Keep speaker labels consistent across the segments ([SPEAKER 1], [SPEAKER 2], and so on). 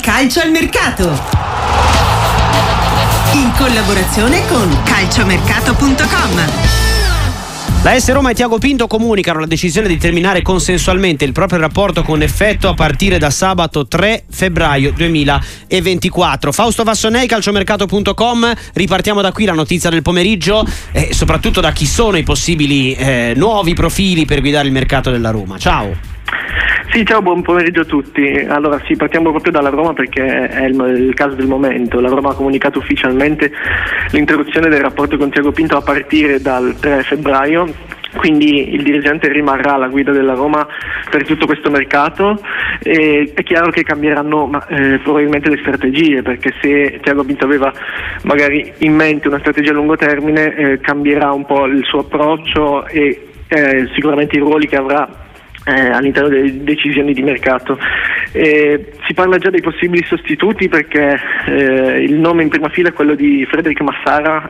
[SPEAKER 1] Calcio al mercato, in collaborazione con calciomercato.com.
[SPEAKER 2] La AS Roma e Tiago Pinto comunicano la decisione di terminare consensualmente il proprio rapporto con effetto a partire da sabato 3 febbraio 2024. Fausto Vassonei, calciomercato.com. Ripartiamo da qui, la notizia del pomeriggio e soprattutto da chi sono i possibili nuovi profili per guidare il mercato della Roma. Ciao.
[SPEAKER 3] Sì, ciao, buon pomeriggio a tutti. Allora sì, partiamo proprio dalla Roma perché è il caso del momento. La Roma ha comunicato ufficialmente l'interruzione del rapporto con Tiago Pinto a partire dal 3 febbraio, quindi il dirigente rimarrà alla guida della Roma per tutto questo mercato. E è chiaro che cambieranno probabilmente le strategie, perché se Tiago Pinto aveva magari in mente una strategia a lungo termine, cambierà un po' il suo approccio e sicuramente i ruoli che avrà all'interno delle decisioni di mercato. Si parla già dei possibili sostituti perché il nome in prima fila è quello di Frederic Massara,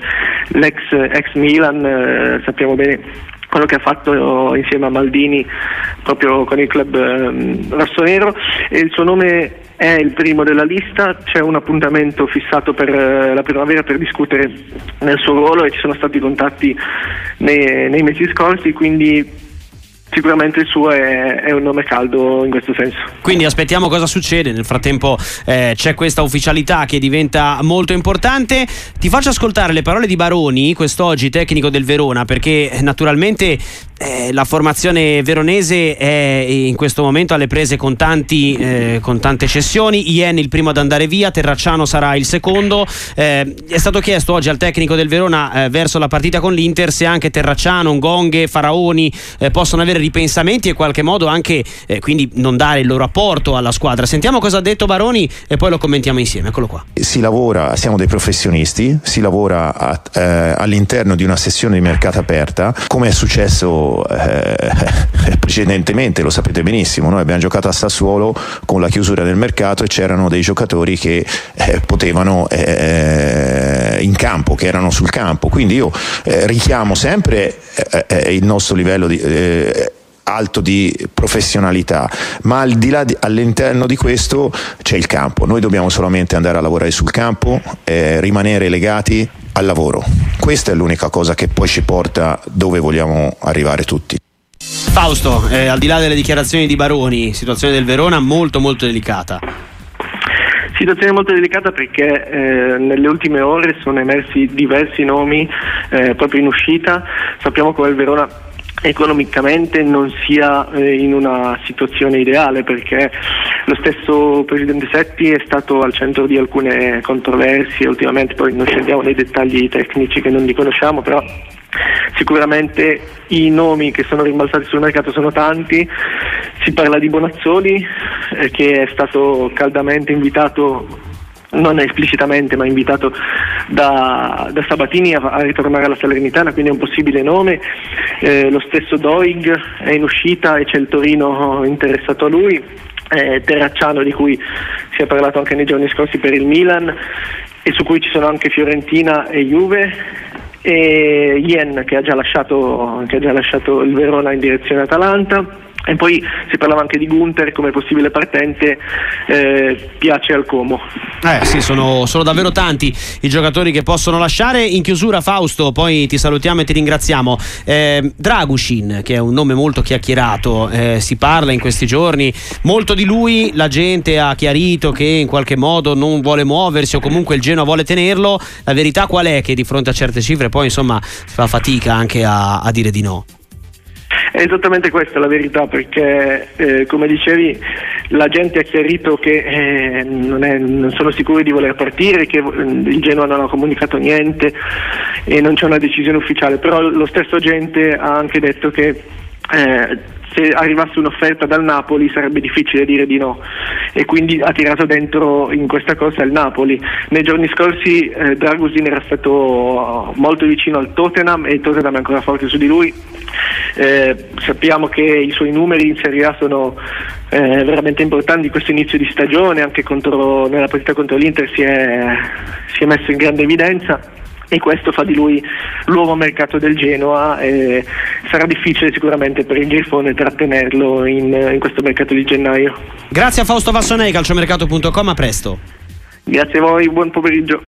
[SPEAKER 3] l'ex Milan. Sappiamo bene quello che ha fatto insieme a Maldini proprio con il club rossonero, e il suo nome è il primo della lista. C'è un appuntamento fissato per la primavera per discutere nel suo ruolo e ci sono stati contatti nei mesi scorsi, quindi sicuramente il suo è un nome caldo in questo senso.
[SPEAKER 2] Quindi aspettiamo cosa succede. Nel frattempo c'è questa ufficialità che diventa molto importante. Ti faccio ascoltare le parole di Baroni quest'oggi, tecnico del Verona, perché naturalmente la formazione veronese è in questo momento alle prese con tante cessioni. Ien il primo ad andare via, Terracciano sarà il secondo. È stato chiesto oggi al tecnico del Verona verso la partita con l'Inter se anche Terracciano, Ngonghe, Faraoni possono avere ripensamenti e in qualche modo anche quindi non dare il loro apporto alla squadra. Sentiamo cosa ha detto Baroni e poi lo commentiamo insieme. Eccolo qua.
[SPEAKER 4] Si lavora, siamo dei professionisti, si lavora all'interno di una sessione di mercato aperta, come è successo precedentemente, lo sapete benissimo. Noi abbiamo giocato a Sassuolo con la chiusura del mercato e c'erano dei giocatori che potevano in campo, che erano sul campo, quindi io richiamo sempre il nostro livello alto di professionalità, ma al di là all'interno di questo c'è il campo. Noi dobbiamo solamente andare a lavorare sul campo, rimanere legati al lavoro. Questa è l'unica cosa che poi ci porta dove vogliamo arrivare tutti.
[SPEAKER 2] Fausto, al di là delle dichiarazioni di Baroni, situazione del Verona molto molto delicata.
[SPEAKER 3] Situazione molto delicata perché nelle ultime ore sono emersi diversi nomi proprio in uscita. Sappiamo come il Verona economicamente non sia in una situazione ideale, perché lo stesso presidente Setti è stato al centro di alcune controversie ultimamente. Poi non scendiamo nei dettagli tecnici che non li conosciamo, però sicuramente i nomi che sono rimbalzati sul mercato sono tanti. Si parla di Bonazzoli che è stato caldamente invitato, non esplicitamente ma invitato da Sabatini a ritornare alla Salernitana, quindi è un possibile nome. Lo stesso Doig è in uscita e c'è il Torino interessato a lui. Terracciano, di cui si è parlato anche nei giorni scorsi per il Milan e su cui ci sono anche Fiorentina e Juve, e Ien che ha già lasciato il Verona in direzione Atalanta. E poi si parlava anche di Gunther come possibile partente, piace al Como.
[SPEAKER 2] Sì, sono davvero tanti i giocatori che possono lasciare. In chiusura, Fausto, poi ti salutiamo e ti ringraziamo. Dragusin, che è un nome molto chiacchierato, si parla in questi giorni molto di lui, la gente ha chiarito che in qualche modo non vuole muoversi o comunque il Genoa vuole tenerlo. La verità qual è? Che di fronte a certe cifre poi insomma si fa fatica anche a dire di no.
[SPEAKER 3] È esattamente questa la verità, perché come dicevi la gente ha chiarito che non sono sicuri di voler partire, che il Genoa non ha comunicato niente e non c'è una decisione ufficiale, però lo stesso agente ha anche detto che se arrivasse un'offerta dal Napoli sarebbe difficile dire di no, e quindi ha tirato dentro in questa cosa il Napoli. Nei giorni scorsi Dragusin era stato molto vicino al Tottenham e il Tottenham è ancora forte su di lui. Sappiamo che i suoi numeri in Serie A sono veramente importanti in questo inizio di stagione, anche nella partita contro l'Inter si è messo in grande evidenza. e questo fa di lui l'uomo mercato del Genoa, e sarà difficile sicuramente per il Grifone trattenerlo in questo mercato di gennaio.
[SPEAKER 2] Grazie a Fausto Vassonei, calciomercato.com, a presto.
[SPEAKER 3] Grazie a voi, buon pomeriggio.